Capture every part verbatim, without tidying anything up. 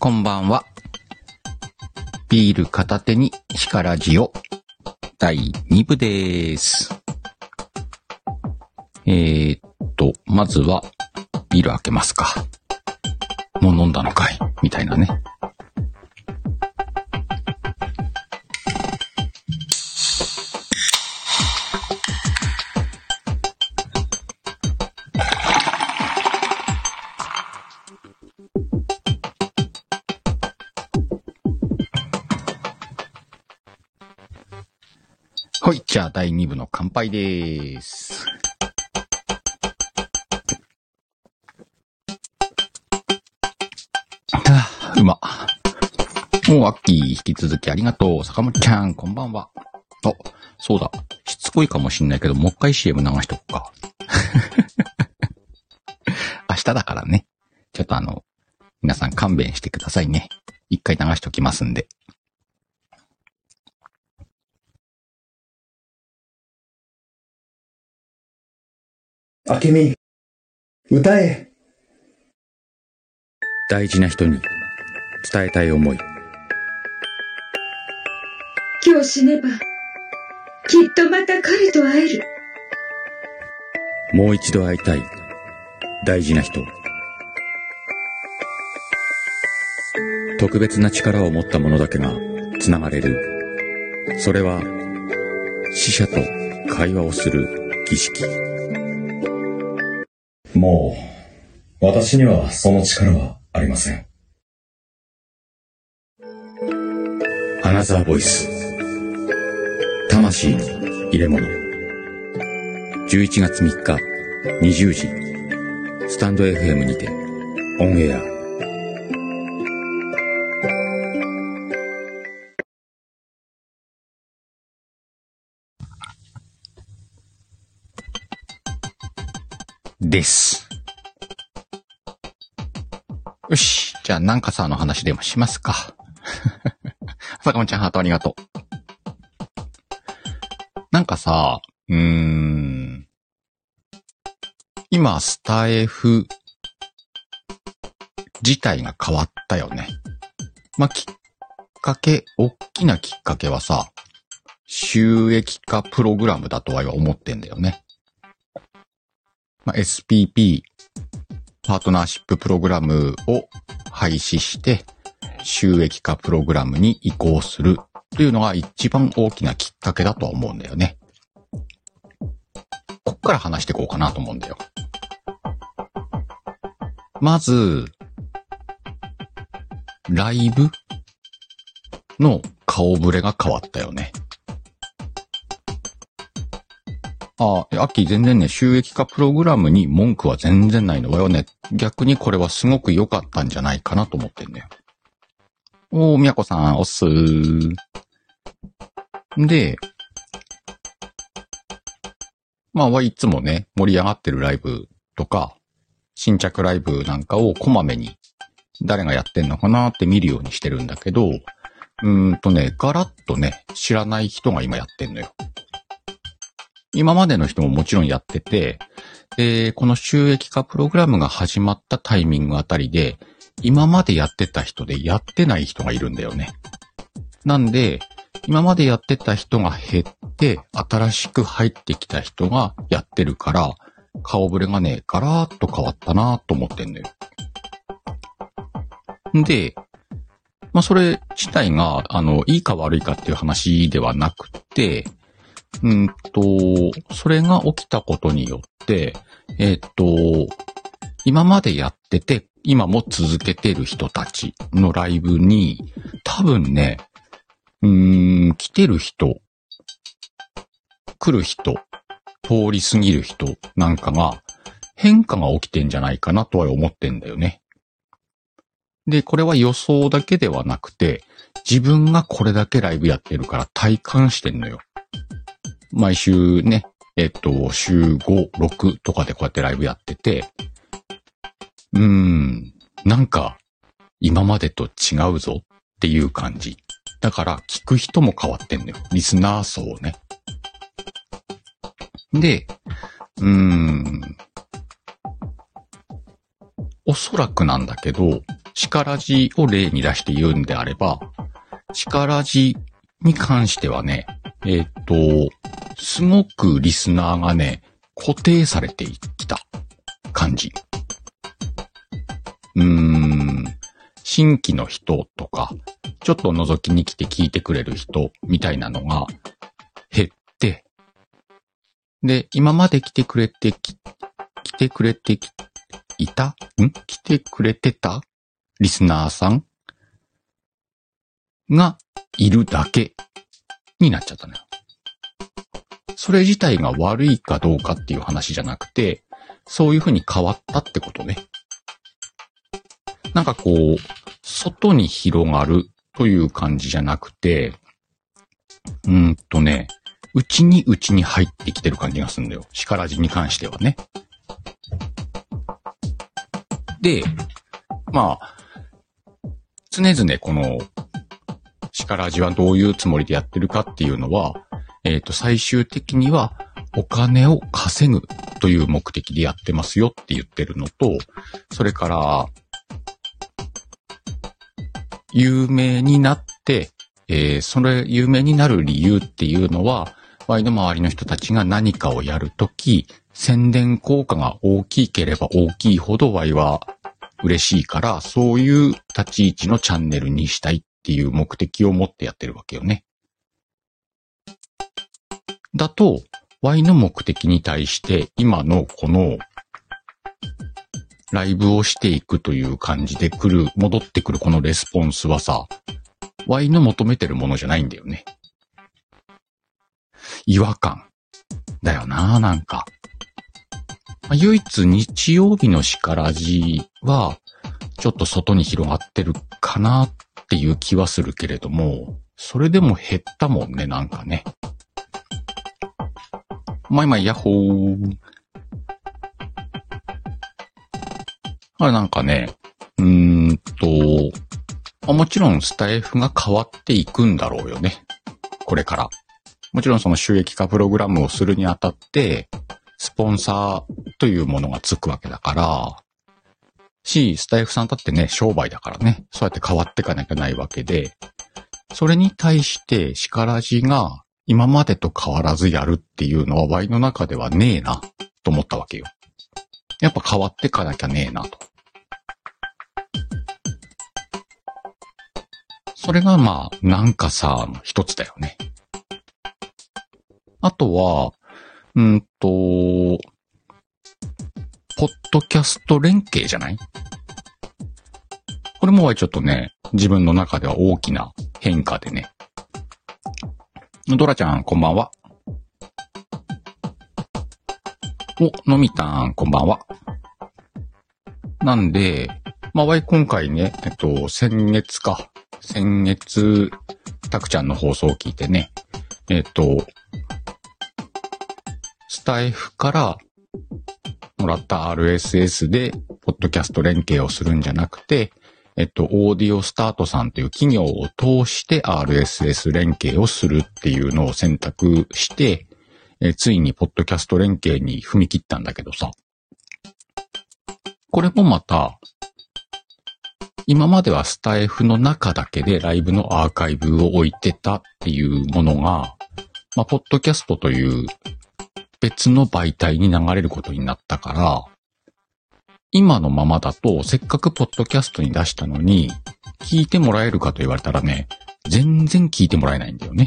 こんばんは。ビール片手にシカラジオだいにぶです。えーっと、まずはビール開けますか。もう飲んだのかいみたいなね。はい、じゃあだいにぶの乾杯でーす。あー、うま。もうアッキー引き続きありがとう。坂本ちゃん、こんばんは。あ、そうだ。しつこいかもしんないけど、もう一回 シーエム 流しとくか。明日だからね。ちょっとあの、皆さん勘弁してくださいね。一回流しときますんで。 あけみ、歌え。 大事な人に伝えたい思い。 今日死ねば、きっとまた彼と会える。 もう一度会いたい大事な人。特別な力を持った者だけがつながれる。それは死者と会話をする儀式。 もう私にはその力はありません。 アナザーボイス、魂の入れ物。じゅういちがつみっかにじゅうじ、スタンド エフエム にてオンエア。 です。よし。じゃあ、なんかさ、の話でもしますか。坂本ちゃん、ハートありがとう。なんかさ、うーん。今、スタイフ自体が変わったよね。まあ、きっかけ、大きなきっかけはさ、収益化プログラムだとは思ってんだよね。まあ、エスピーピー、パートナーシッププログラムを廃止して、収益化プログラムに移行するっていうのが一番大きなきっかけだとは思うんだよね。こっから話していこうかなと思うんだよ。まず、ライブの顔ぶれが変わったよね。ああ、アッキー全然ね、収益化プログラムに文句は全然ないの。わよね、逆にこれはすごく良かったんじゃないかなと思ってんだよ。おー、みやこさん、おっすー。で、まあ、はいつもね、盛り上がってるライブとか、新着ライブなんかをこまめに誰がやってんのかなって見るようにしてるんだけど、うーんとね、ガラッとね、知らない人が今やってんのよ。今までの人ももちろんやってて、で、この収益化プログラムが始まったタイミングあたりで、今までやってた人でやってない人がいるんだよね。なんで、今までやってた人が減って、新しく入ってきた人がやってるから、顔ぶれがね、ガラーッと変わったなと思ってんのよ。で、まあ、それ自体が、あの、いいか悪いかっていう話ではなくて、うんと、それが起きたことによって、えっと、今までやってて、今も続けてる人たちのライブに、多分ね、うーん、来てる人、来る人、通り過ぎる人なんかが、変化が起きてんじゃないかなとは思ってんだよね。で、これは予想だけではなくて、自分がこれだけライブやってるから体感してんのよ。毎週ね、えっと、週ご、ろくとかでこうやってライブやってて、うーん、なんか、今までと違うぞっていう感じ。だから、聞く人も変わってんのよ。リスナー層ね。で、うーん、おそらくなんだけど、 シカラジを例に出して言うんであれば、シカラジに関してはね、えっと、すごくリスナーがね、固定されてきた感じ。うーん、新規の人とか、ちょっと覗きに来て聞いてくれる人みたいなのが減って、で、今まで来てくれてき、来てくれてき、いたん来てくれてたリスナーさんがいるだけになっちゃったのよ。それ自体が悪いかどうかっていう話じゃなくて、そういう風に変わったってことね。なんかこう、外に広がるという感じじゃなくて、うーんとね、内に内に入ってきてる感じがするんだよ。シカラジに関してはね。で、まあ、常々この、シカラジはどういうつもりでやってるかっていうのは、えっと、最終的にはお金を稼ぐという目的でやってますよって言ってるのと、それから、有名になって、えー、それ有名になる理由っていうのは、ワイの周りの人たちが何かをやるとき、宣伝効果が大きければ大きいほどワイは嬉しいから、そういう立ち位置のチャンネルにしたいっていう目的を持ってやってるわけよね。だと、ワイの目的に対して今のこのライブをしていくという感じで来る、戻ってくるこのレスポンスはさ、ワイの求めてるものじゃないんだよね。違和感だよな、なんか。唯一日曜日のシカラジは、ちょっと外に広がってるかなっていう気はするけれども、それでも減ったもんね、なんかね。まいまいヤッホー。あれなんかね、うーんと、もちろんスタイフが変わっていくんだろうよね。これから。もちろんその収益化プログラムをするにあたって、スポンサーというものがつくわけだから、し、スタイフさんだってね、商売だからね、そうやって変わっていかなきゃないわけで、それに対してシカラジが今までと変わらずやるっていうのはワイの中ではねえな、と思ったわけよ。やっぱ変わっていかなきゃねえなと。それがまあ、なんかさ、一つだよね。あとは、うんと、ポッドキャスト連携じゃない？これもちょっとね、自分の中では大きな変化でね。ドラちゃん、こんばんは。お、のみたん、こんばんは。なんで、まあ、わい今回ね、えっと、先月か。先月、たくちゃんの放送を聞いてね、えっと、スタイフからもらった アールエスエス で、ポッドキャスト連携をするんじゃなくて、えっと、オーディオスタートさんという企業を通して アールエスエス 連携をするっていうのを選択して、えついにポッドキャスト連携に踏み切ったんだけどさ。これもまた、今まではスタイフの中だけでライブのアーカイブを置いてたっていうものが、まあ、ポッドキャストという別の媒体に流れることになったから、今のままだとせっかくポッドキャストに出したのに、聞いてもらえるかと言われたらね、全然聞いてもらえないんだよね。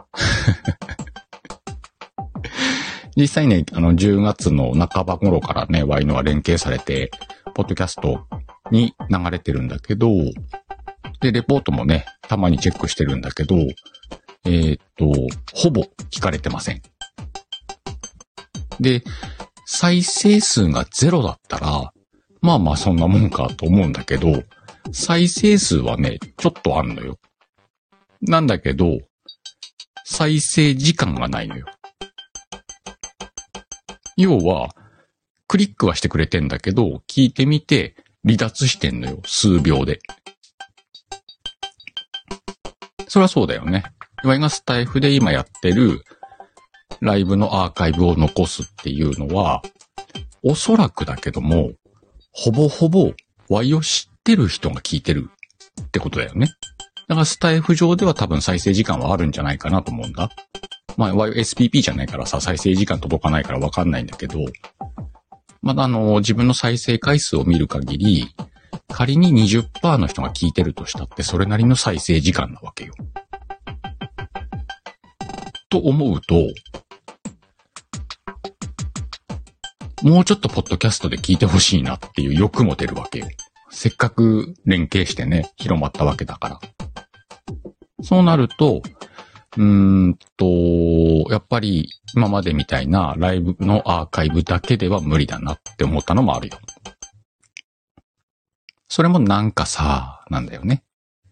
実際ね、あのじゅうがつの半ば頃からね、ワイのは連携されて、ポッドキャストに流れてるんだけど、で、レポートもね、たまにチェックしてるんだけど、えー、っと、ほぼ聞かれてません。で、再生数がゼロだったら、まあまあそんなもんかと思うんだけど、再生数はね、ちょっとあんのよ。なんだけど、再生時間がないのよ。要は、クリックはしてくれてんだけど、聞いてみて離脱してんのよ。数秒で。そりゃそうだよね。ワイがスタイフで今やってるライブのアーカイブを残すっていうのは、おそらくだけども、ほぼほぼワイを知っってる人が聞いてるってことだよね。だからスタイフ上では多分再生時間はあるんじゃないかなと思うんだ。まあ、エスピーピー じゃないからさ、再生時間届かないからわかんないんだけど、まだあの、自分の再生回数を見る限り、仮に にじゅっパーセント の人が聞いてるとしたって、それなりの再生時間なわけよ。と思うと、もうちょっとポッドキャストで聞いてほしいなっていう欲も出るわけよ。せっかく連携してね、広まったわけだから。そうなると、うーんと、やっぱり今までみたいなライブのアーカイブだけでは無理だなって思ったのもあるよ。それもなんかさ、なんだよね。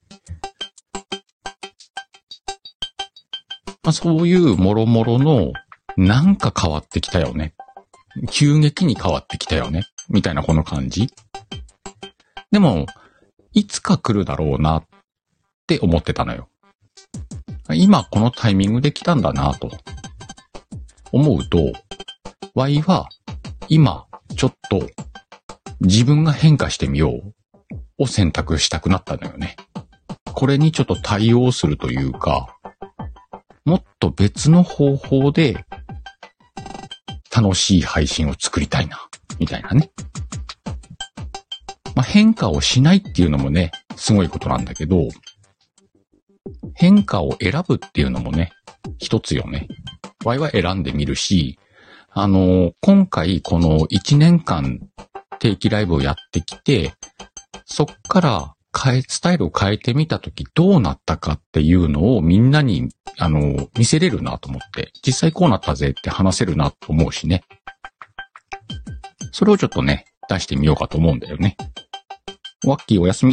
まあ、そういうもろもろのなんか変わってきたよね。急激に変わってきたよね。みたいなこの感じ。でも、いつか来るだろうなって思ってたのよ。今このタイミングで来たんだなと思うと、Y は今ちょっと自分が変化してみようを選択したくなったのよね。これにちょっと対応するというか、もっと別の方法で楽しい配信を作りたいな、みたいなね。まあ、変化をしないっていうのもね、すごいことなんだけど、変化を選ぶっていうのもね、一つよね。Y は選んでみるし、あの、今回このいちねんかん定期ライブをやってきて、そっから変え、スタイルを変えてみたときどうなったかっていうのをみんなに、あの、見せれるなと思って、実際こうなったぜって話せるなと思うしね。それをちょっとね、出してみようかと思うんだよね。ワッキーおやすみ。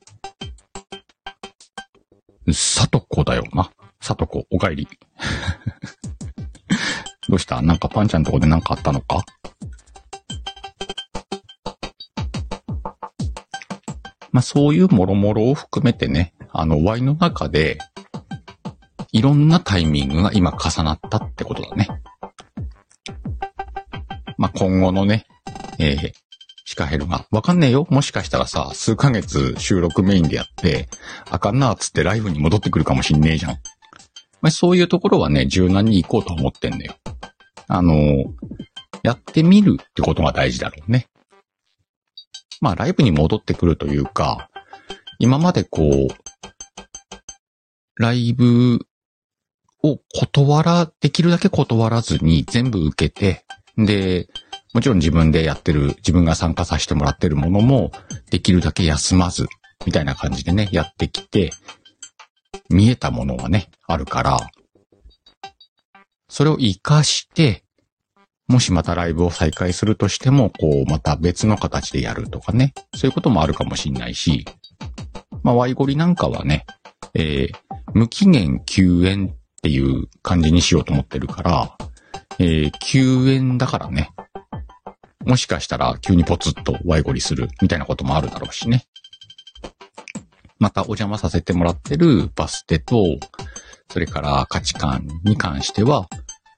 さとこだよな。さとこ、お帰り。どうした？なんかパンちゃんのとこでなんかあったのか？まあ、そういうもろもろを含めてね、あの Y の中で、いろんなタイミングが今重なったってことだね。まあ、今後のね、えー、シカヘルが、わかんねえよ。もしかしたらさ、数ヶ月収録メインでやって、あかんなーっつってライブに戻ってくるかもしんねえじゃん。まあ、そういうところはね、柔軟に行こうと思ってんだよ。あのー、やってみるってことが大事だろうね。まあ、ライブに戻ってくるというか、今までこう、ライブを断ら、できるだけ断らずに全部受けて、で、もちろん自分でやってる、自分が参加させてもらってるものも、できるだけ休まず、みたいな感じでね、やってきて、見えたものがね、あるから、それを活かして、もしまたライブを再開するとしても、こう、また別の形でやるとかね、そういうこともあるかもしんないし、まあ、ワイゴリなんかはね、えー、無期限休園っていう感じにしようと思ってるから、えー、休園だからね、もしかしたら急にポツッとワイゴリするみたいなこともあるだろうしね。またお邪魔させてもらってるバステと、それから価値観に関しては、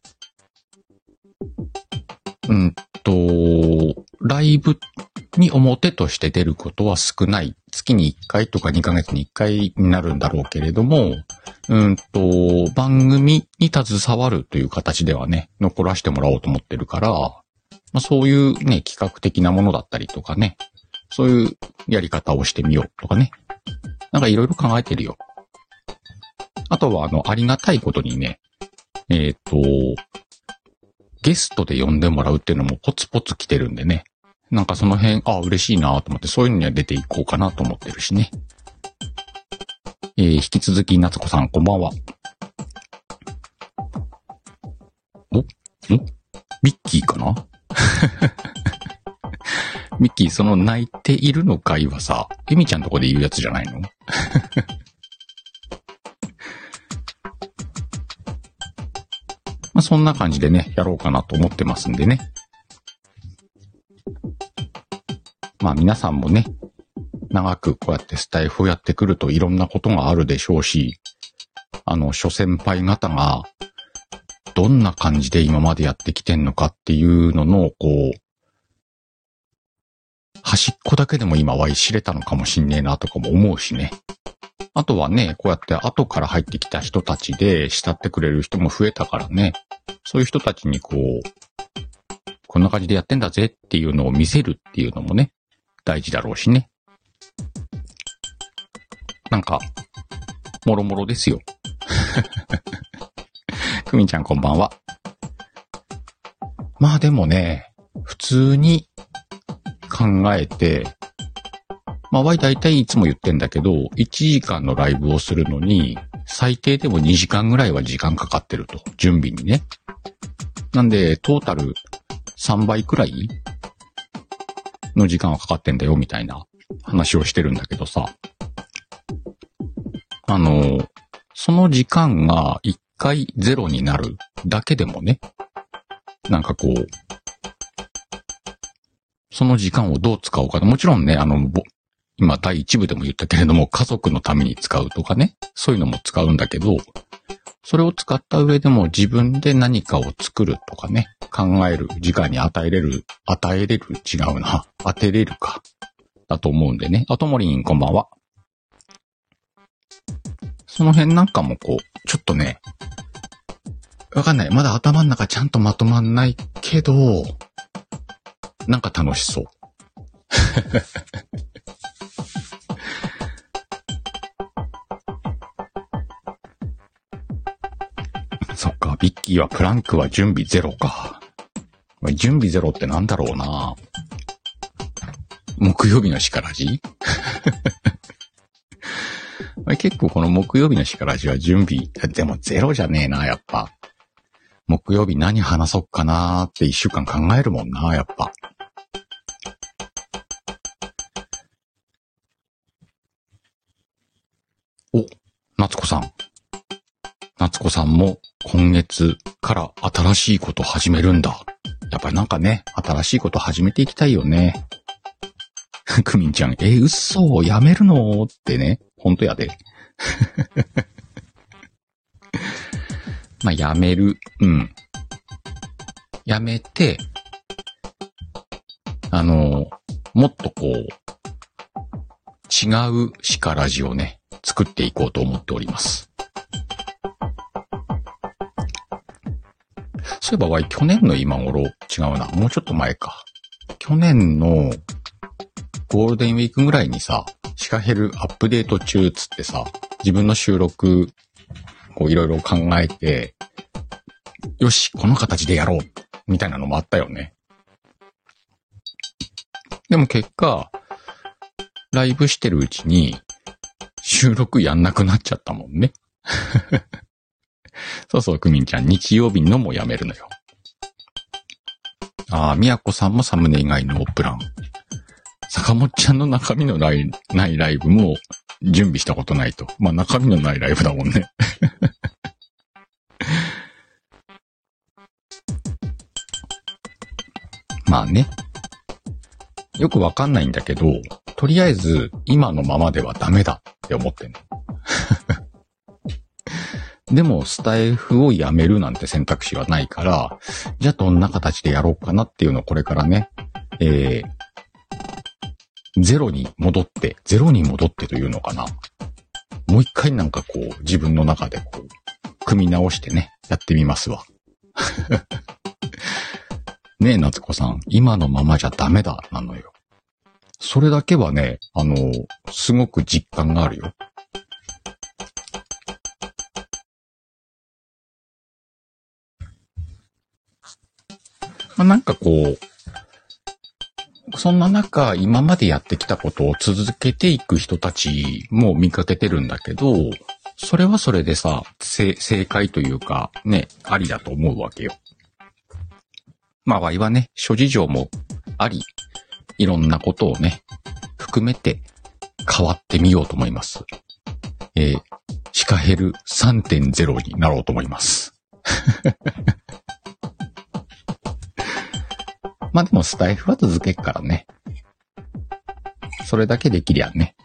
うんと、ライブに表として出ることは少ない。月にいっかいとかにかげつにいっかいになるんだろうけれども、うんと、番組に携わるという形ではね、残らせてもらおうと思ってるから、まあ、そういうね、企画的なものだったりとかね、そういうやり方をしてみようとかね。なんかいろいろ考えてるよ。あとは、あの、ありがたいことにね、えっと、ゲストで呼んでもらうっていうのもポツポツ来てるんでね。なんかその辺、あ、嬉しいなと思って、そういうのには出ていこうかなと思ってるしね。えー、引き続き、夏子さん、こんばんは。おおミッキーかなミッキー、その泣いているのかいはさ、エミちゃんとこで言うやつじゃないのまあ、そんな感じでね、やろうかなと思ってますんでね。まあ皆さんもね、長くこうやってスタイフをやってくるといろんなことがあるでしょうし、あの、諸先輩方がどんな感じで今までやってきてんのかっていうのの、こう、 端っこだけでも今は知れたのかもしんねえなとかも思うしね。あとはね、こうやって後から入ってきた人たちで慕ってくれる人も増えたからね。そういう人たちにこう、こんな感じでやってんだぜっていうのを見せるっていうのもね、大事だろうしね。なんか、もろもろですよ。くみんちゃんこんばんは。まあでもね、普通に考えて、まあわい大体いつも言ってんだけど、いちじかんのライブをするのに、最低でもにじかんぐらいは時間かかってると。準備にね。なんで、トータルさんばいくらいの時間はかかってんだよ、みたいな話をしてるんだけどさ。あの、その時間がいっかいゼロになるだけでもね、なんかこう、その時間をどう使おうか。もちろんね、あの、今第一部でも言ったけれども、家族のために使うとかね、そういうのも使うんだけど、それを使った上でも自分で何かを作るとかね、考える時間に与えれる、与えれる、違うな、当てれるか、だと思うんでね。あともりんこんばんは。その辺なんかもこう、ちょっとね、わかんない。まだ頭の中ちゃんとまとまんないけど、なんか楽しそう。そっか、ビッキーはプランクは準備ゼロか。準備ゼロってなんだろうな。木曜日のしからじ結構この木曜日のしからじは準備、でもゼロじゃねえな、やっぱ。木曜日何話そっかなーって一週間考えるもんな、やっぱ。お、夏子さん。夏子さんも今月から新しいこと始めるんだ。やっぱりなんかね、新しいこと始めていきたいよね。くみんちゃん、え、嘘やめるのってね、ほんとやで。まあ、やめる。うん。やめて、あの、もっとこう、違うシカラジをね、作っていこうと思っております。そういえばわい、去年の今頃、違うな、もうちょっと前か。去年のゴールデンウィークぐらいにさ、シカヘルアップデート中つってさ、自分の収録、こういろいろ考えて、よし、この形でやろう、みたいなのもあったよね。でも結果、ライブしてるうちに、収録やんなくなっちゃったもんね。そうそう、くみんちゃん、日曜日のもやめるのよ。ああ、みやこさんもサムネ以外のプラン。坂本ちゃんの中身のないないライブも準備したことないと。まあ中身のないライブだもんね。まあね。よくわかんないんだけど、とりあえず今のままではダメだって思ってんの。でもスタイフをやめるなんて選択肢はないから、じゃあどんな形でやろうかなっていうのをこれからね、えー、ゼロに戻って、ゼロに戻ってというのかな。もう一回なんかこう自分の中でこう、組み直してね、やってみますわ。ねえ、夏子さん、今のままじゃダメだ、なのよ。それだけはね、あの、すごく実感があるよ。まあ、なんかこう、そんな中、今までやってきたことを続けていく人たちも見かけてるんだけど、それはそれでさ、正解というか、ね、ありだと思うわけよ。まあ、わいはね、諸事情もあり、いろんなことをね、含めて変わってみようと思います。えー、シカヘル さんてんゼロ になろうと思います。まあでもスタイフは続けっからね。それだけできりゃね。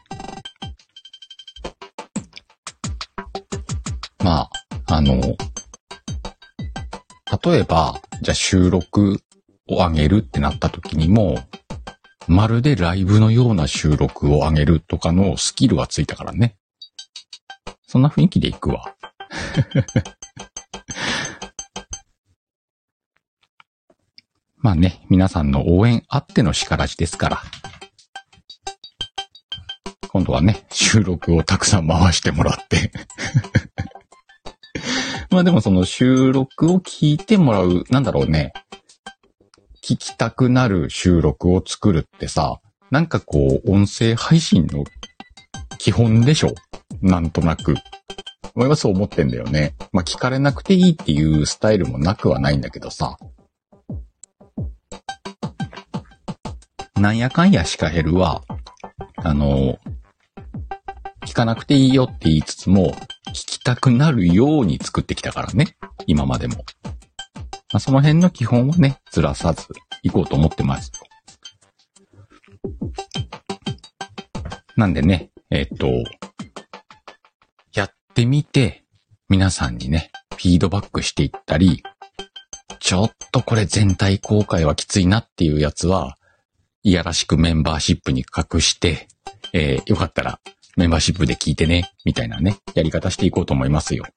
まあ、あの、例えば、じゃあ収録を上げるってなった時にも、 まるでライブのような収録を上げるとかのスキルがついたからね。そんな雰囲気でいくわ。まあね、皆さんの応援あっての叱らじですから。今度はね、収録をたくさん回してもらって。まあでもその収録を聞いてもらう、なんだろうね。聞きたくなる収録を作るってさ、なんかこう、音声配信の基本でしょ？なんとなく。俺はそう思ってんだよね。まあ聞かれなくていいっていうスタイルもなくはないんだけどさ。なんやかんやシカヘルは、あの、聞かなくていいよって言いつつも、聞きたくなるように作ってきたからね。今までも。まあ、その辺の基本をね、ずらさずいこうと思ってますよ。なんでね、えっと、やってみて、皆さんにね、フィードバックしていったり、ちょっとこれ全体公開はきついなっていうやつは、いやらしくメンバーシップに隠して、えー、よかったらメンバーシップで聞いてね、みたいなね、やり方していこうと思いますよ。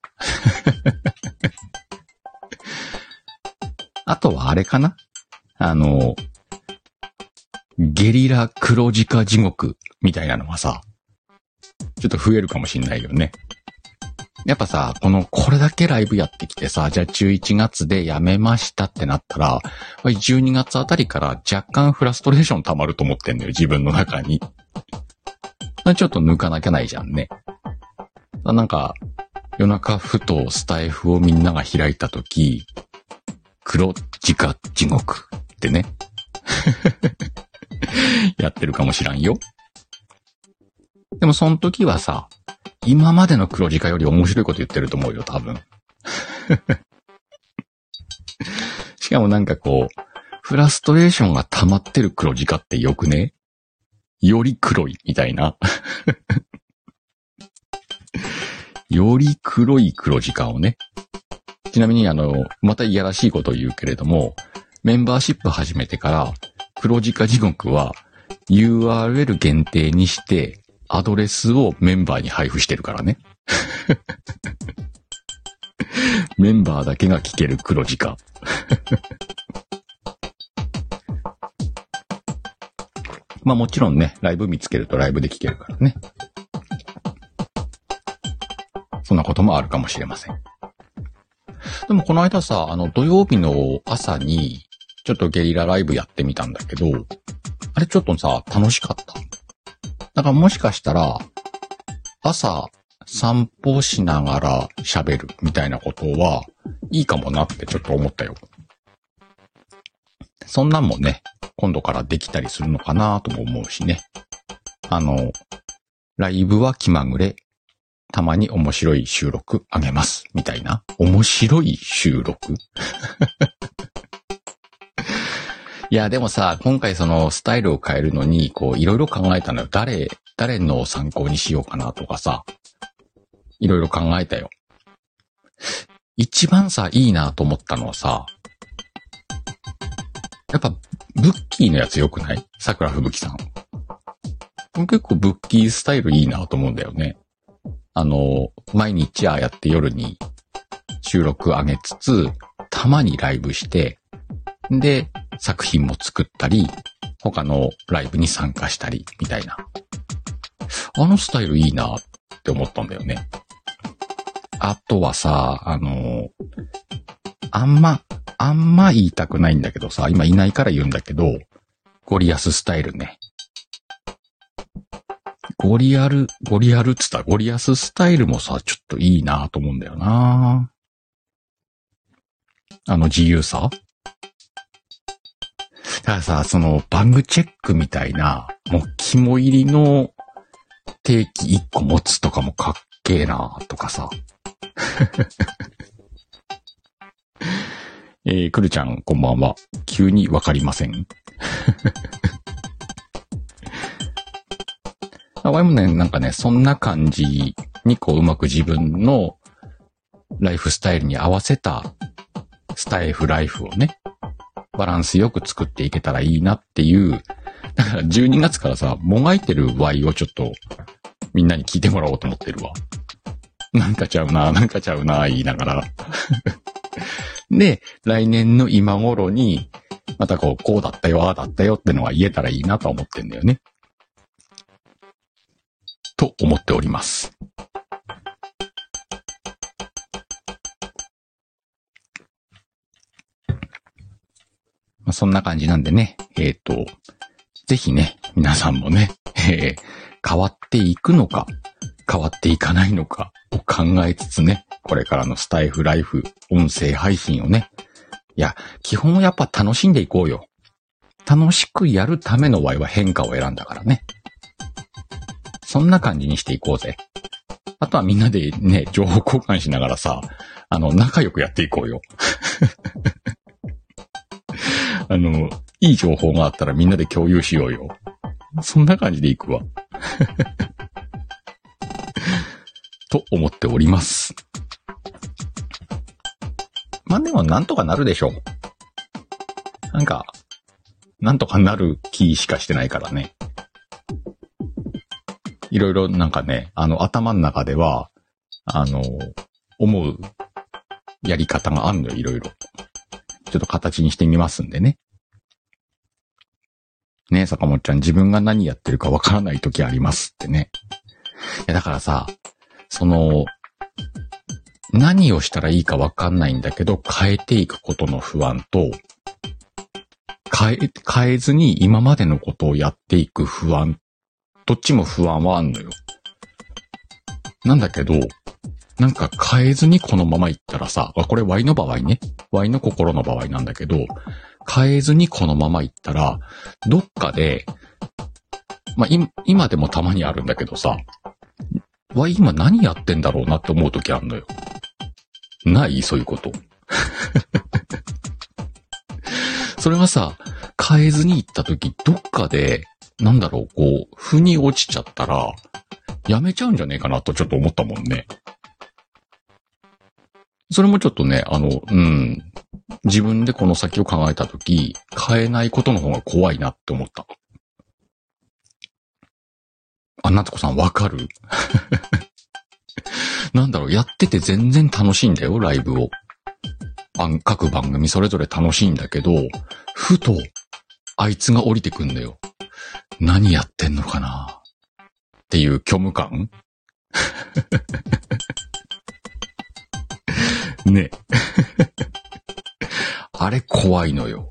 あとはあれかな？あの、ゲリラ黒字地獄みたいなのがさ、ちょっと増えるかもしんないよね。やっぱさ、この、これだけライブやってきてさ、じゃあじゅういちがつでやめましたってなったら、じゅうにがつあたりから若干フラストレーション溜まると思ってんのよ、自分の中に。ちょっと抜かなきゃないじゃんね。なんか、夜中ふとスタイフをみんなが開いたとき、黒字化地獄ってね。やってるかもしらんよ。でもその時はさ、今までの黒字化より面白いこと言ってると思うよ、多分。しかもなんかこう、フラストレーションが溜まってる黒字化ってよくね？より黒いみたいな。より黒い黒字化をね。ちなみにあの、またいやらしいことを言うけれども、メンバーシップ始めてから黒字化地獄は ユーアールエル 限定にしてアドレスをメンバーに配布してるからね。メンバーだけが聞ける黒字化。まあもちろんね、ライブ見つけるとライブで聞けるからね。そんなこともあるかもしれません。でもこの間さ、あの土曜日の朝にちょっとゲリラライブやってみたんだけど、あれちょっとさ、楽しかった。だからもしかしたら、朝散歩しながら喋るみたいなことはいいかもなってちょっと思ったよ。そんなんもね、今度からできたりするのかなとも思うしね。あの、ライブは気まぐれ、たまに面白い収録あげます、みたいな。面白い収録いや、でもさ、今回そのスタイルを変えるのに、こう、いろいろ考えたのよ。誰、誰の参考にしようかなとかさ、いろいろ考えたよ。一番さ、いいなと思ったのはさ、やっぱ、ブッキーのやつ良くない？桜吹雪さん。結構ブッキースタイルいいなと思うんだよね。あの、毎日ああやって夜に収録上げつつ、たまにライブして、で、作品も作ったり、他のライブに参加したり、みたいな。あのスタイルいいなって思ったんだよね。あとはさ、あの、あんま、あんま言いたくないんだけどさ、今いないから言うんだけど、ゴリアススタイルね。ゴリアル、ゴリアルっつったらゴリアススタイルもさ、ちょっといいなと思うんだよな。あの自由さ。だからさ、そのバグチェックみたいな、もう肝入りの定期いっこ持つとかもかっけえなとかさ。えー、くるちゃんこんばんは。急にわかりません。俺もね、なんかね、そんな感じにこううまく自分のライフスタイルに合わせたスタイフライフをね、バランスよく作っていけたらいいなっていうだからじゅうにがつからさ、もがいてる Y をちょっとみんなに聞いてもらおうと思ってるわ。なんかちゃうな、なんかちゃうな、言いながら。で、来年の今頃に、またこう、こうだったよ、ああだったよってのが言えたらいいなと思ってんだよね。と思っております。まあ、そんな感じなんでね、えっと、ぜひね、皆さんもね、えー、変わっていくのか、変わっていかないのかを考えつつね、これからのスタイフライフ、音声配信をね、いや、基本はやっぱ楽しんでいこうよ。楽しくやるための Y は変化を選んだからね。そんな感じにしていこうぜ。あとはみんなでね、情報交換しながらさ、あの、仲良くやっていこうよ。あの、いい情報があったらみんなで共有しようよ。そんな感じでいくわ。と思っております。まあでもなんとかなるでしょう。なんか、なんとかなる気しかしてないからね。いろいろなんかね、あの頭の中では、あの、思うやり方があるのよ、いろいろ。ちょっと形にしてみますんでね。ねえ、坂本ちゃん、自分が何やってるかわからない時ありますってね。いや、だからさ、その、何をしたらいいかわかんないんだけど、変えていくことの不安と、変え、変えずに今までのことをやっていく不安、どっちも不安はあんのよ。なんだけど、なんか変えずにこのままいったらさ、これ Y の場合ね。Y の心の場合なんだけど、変えずにこのままいったら、どっかで、まあ、今でもたまにあるんだけどさ、Y 今何やってんだろうなって思うときあるのよ。ないそういうこと。それがさ、変えずにいったとき、どっかで、なんだろう、こう、腑に落ちちゃったら、やめちゃうんじゃねえかなとちょっと思ったもんね。それもちょっとね、あの、うん、自分でこの先を考えたとき、変えないことの方が怖いなって思った。あ、夏子さんわかる？なんだろう、やってて全然楽しいんだよ、ライブを。あん、各番組それぞれ楽しいんだけど、ふと、あいつが降りてくんだよ。何やってんのかなっていう虚無感ね。あれ怖いのよ。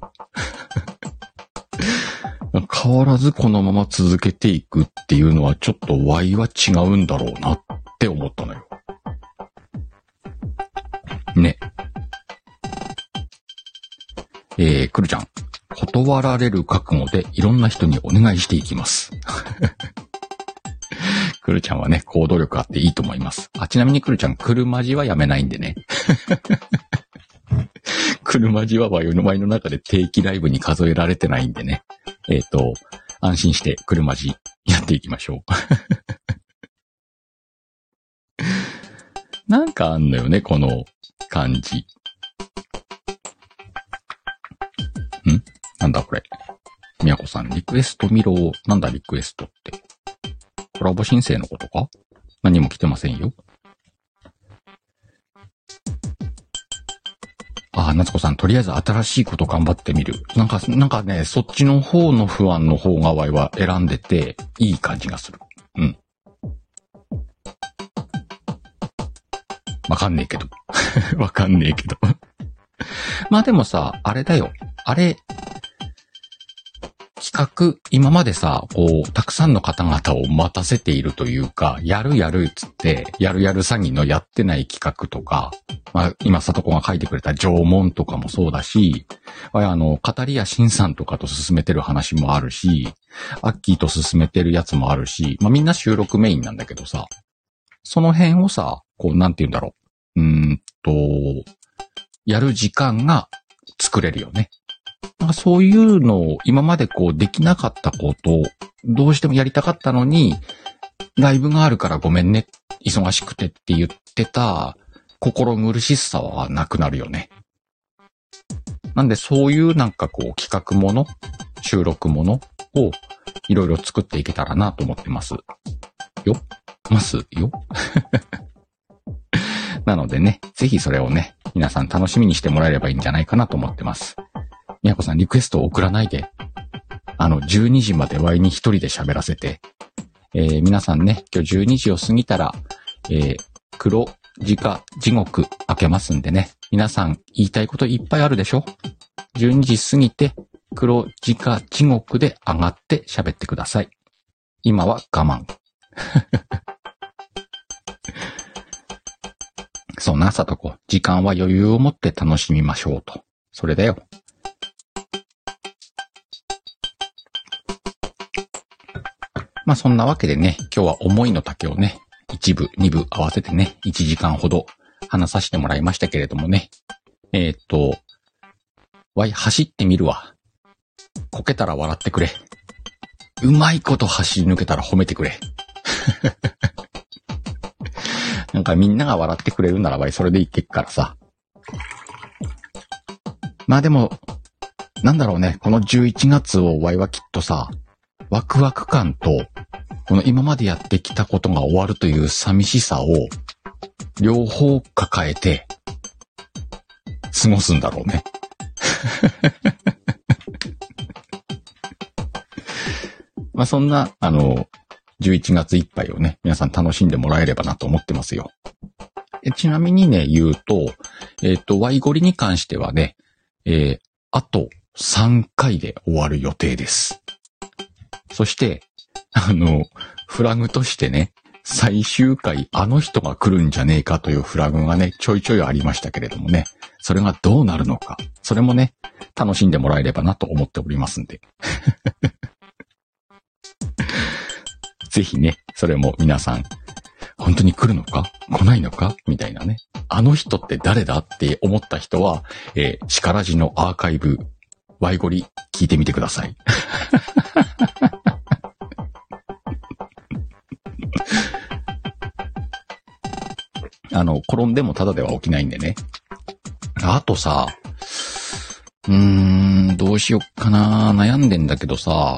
変わらずこのまま続けていくっていうのはちょっと Y は違うんだろうなって思ったのよ。ね。えー、くるちゃん。断られる覚悟でいろんな人にお願いしていきます。くるちゃんはね、行動力あっていいと思います。あ、ちなみにくるちゃん、車字はやめないんでね。車字はワイのワイの中で定期ライブに数えられてないんでね。えっと、安心して車字やっていきましょう。なんかあんのよね、この感じ。ん？なんだこれ。みやこさん、リクエスト見ろ。なんだリクエストって。コラボ申請のことか？何も来てませんよ。ああ、夏子さん、とりあえず新しいこと頑張ってみる。なんか、なんかね、そっちの方の不安の方がワイは選んでて、いい感じがする。うん。わかんねえけど。わかんねえけど。まあでもさ、あれだよ。あれ、企画、今までさ、こう、たくさんの方々を待たせているというか、やるやるっつって、やるやる詐欺のやってない企画とか、まあ、今、里子が書いてくれた縄文とかもそうだし、あの、語りやしんさんとかと進めてる話もあるし、アッキーと進めてるやつもあるし、まあみんな収録メインなんだけどさ、その辺をさ、こう、なんて言うんだろう。うーんと、やる時間が作れるよね。なんかそういうのを今までこうできなかったことをどうしてもやりたかったのに、ライブがあるからごめんね、忙しくてって言ってた心苦しさはなくなるよね。なんでそういうなんかこう企画もの、収録ものをいろいろ作っていけたらなと思ってます。よますよなのでね、ぜひそれをね、皆さん楽しみにしてもらえればいいんじゃないかなと思ってます。みやこさんリクエストを送らないで、あの、じゅうにじまでワイに一人で喋らせて、えー、皆さんね、今日じゅうにじを過ぎたら、えー、黒字化地獄開けますんでね、皆さん言いたいこといっぱいあるでしょ？ じゅうにじ過ぎて、黒字化地獄で上がって喋ってください。今は我慢。そうな、さとこ。時間は余裕を持って楽しみましょうと。それだよ。まあそんなわけでね、今日は思いの丈をね、一部、二部合わせてね、いちじかんほど話させてもらいましたけれどもね。えーっと、わい走ってみるわ。こけたら笑ってくれ。うまいこと走り抜けたら褒めてくれ。なんかみんなが笑ってくれるならばそれでいけっからさ。まあでも、なんだろうね、このじゅういちがつをわいはきっとさ、ワクワク感と、この今までやってきたことが終わるという寂しさを、両方抱えて、過ごすんだろうね。まあそんな、あの、じゅういちがついっぱいをね、皆さん楽しんでもらえればなと思ってますよ。えちなみにね、言うと、えっと、ワイゴリに関してはね、えー、あとさんかいで終わる予定です。そして、あの、フラグとしてね、最終回あの人が来るんじゃねえかというフラグがね、ちょいちょいありましたけれどもね、それがどうなるのか、それもね、楽しんでもらえればなと思っておりますんで。ぜひね、それも皆さん、本当に来るのか来ないのかみたいなね。あの人って誰だって思った人は、えー、力地のアーカイブ、ワイゴリ聞いてみてください。あの、転んでもただでは起きないんでね。あとさ、うーん、どうしよっかな、悩んでんだけどさ、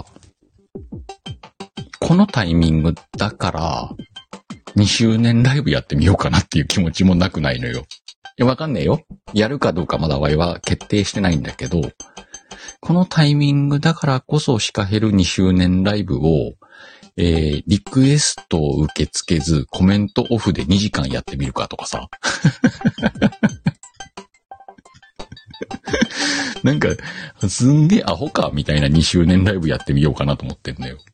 このタイミングだから、にしゅうねんライブやってみようかなっていう気持ちもなくないのよ。いや、わかんねえよ。やるかどうかまだわいは決定してないんだけど、このタイミングだからこそシカヘルにしゅうねんライブを、えー、リクエストを受け付けずコメントオフでにじかんやってみるかとかさ。なんか、すんげえアホかみたいなにしゅうねんライブやってみようかなと思ってんだよ。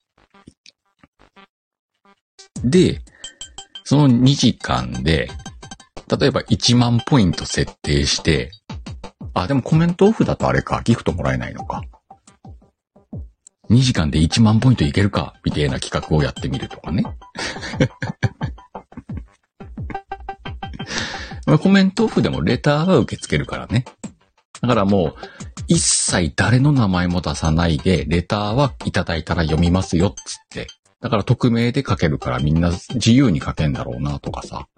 で、そのにじかんで、例えばいちまんポイント設定して、あ、でもコメントオフだとあれか、ギフトもらえないのか。にじかんでいちまんポイントいけるか、みたいな企画をやってみるとかね。コメントオフでもレターは受け付けるからね。だからもう、一切誰の名前も出さないで、レターはいただいたら読みますよ、つって。だから匿名で書けるからみんな自由に書けんだろうなとかさ。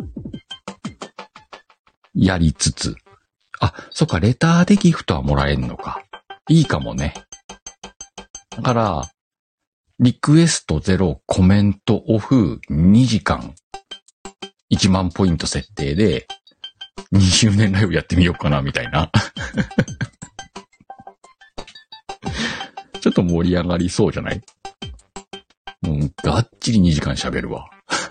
やりつつ。あ、そっか、レターでギフトはもらえんのか。いいかもね。だから、リクエストゼロ、コメントオフにじかん。いちまんポイント設定で、にじゅうねんライブやってみようかな、みたいな。ちょっと盛り上がりそうじゃない？もうがっちりにじかん喋るわ。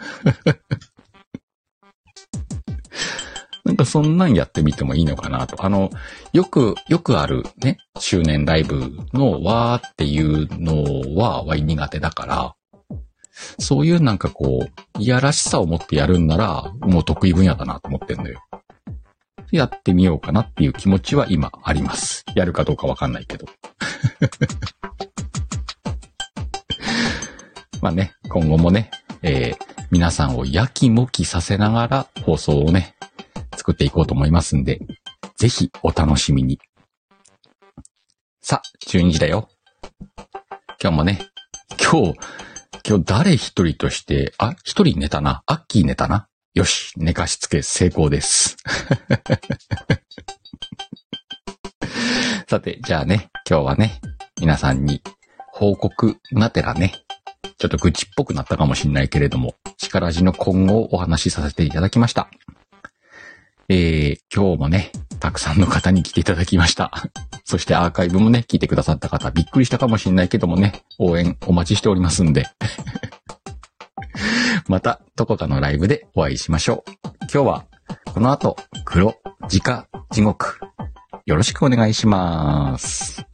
なんかそんなんやってみてもいいのかなと。あの、よく、よくあるね、周年ライブのわーっていうのはわい苦手だから、そういうなんかこう、いやらしさを持ってやるんなら、もう得意分野だなと思ってんのよ。やってみようかなっていう気持ちは今あります。やるかどうかわかんないけど。まあね、今後もね、えー、皆さんをやきもきさせながら放送をね、作っていこうと思いますんで、ぜひお楽しみに。さあ、じゅうにじだよ。今日もね、今日、今日誰一人として、あ、一人寝たな。アッキー寝たな。よし、寝かしつけ成功です。さて、じゃあね、今日はね、皆さんに報告がてらね、ちょっと愚痴っぽくなったかもしれないけれども、力地の今後をお話しさせていただきました。えー、今日もね、たくさんの方に来ていただきました。そしてアーカイブもね、聞いてくださった方、びっくりしたかもしれないけどもね、応援お待ちしておりますんで。また、どこかのライブでお会いしましょう。今日は、この後、黒、直、地獄。よろしくお願いします。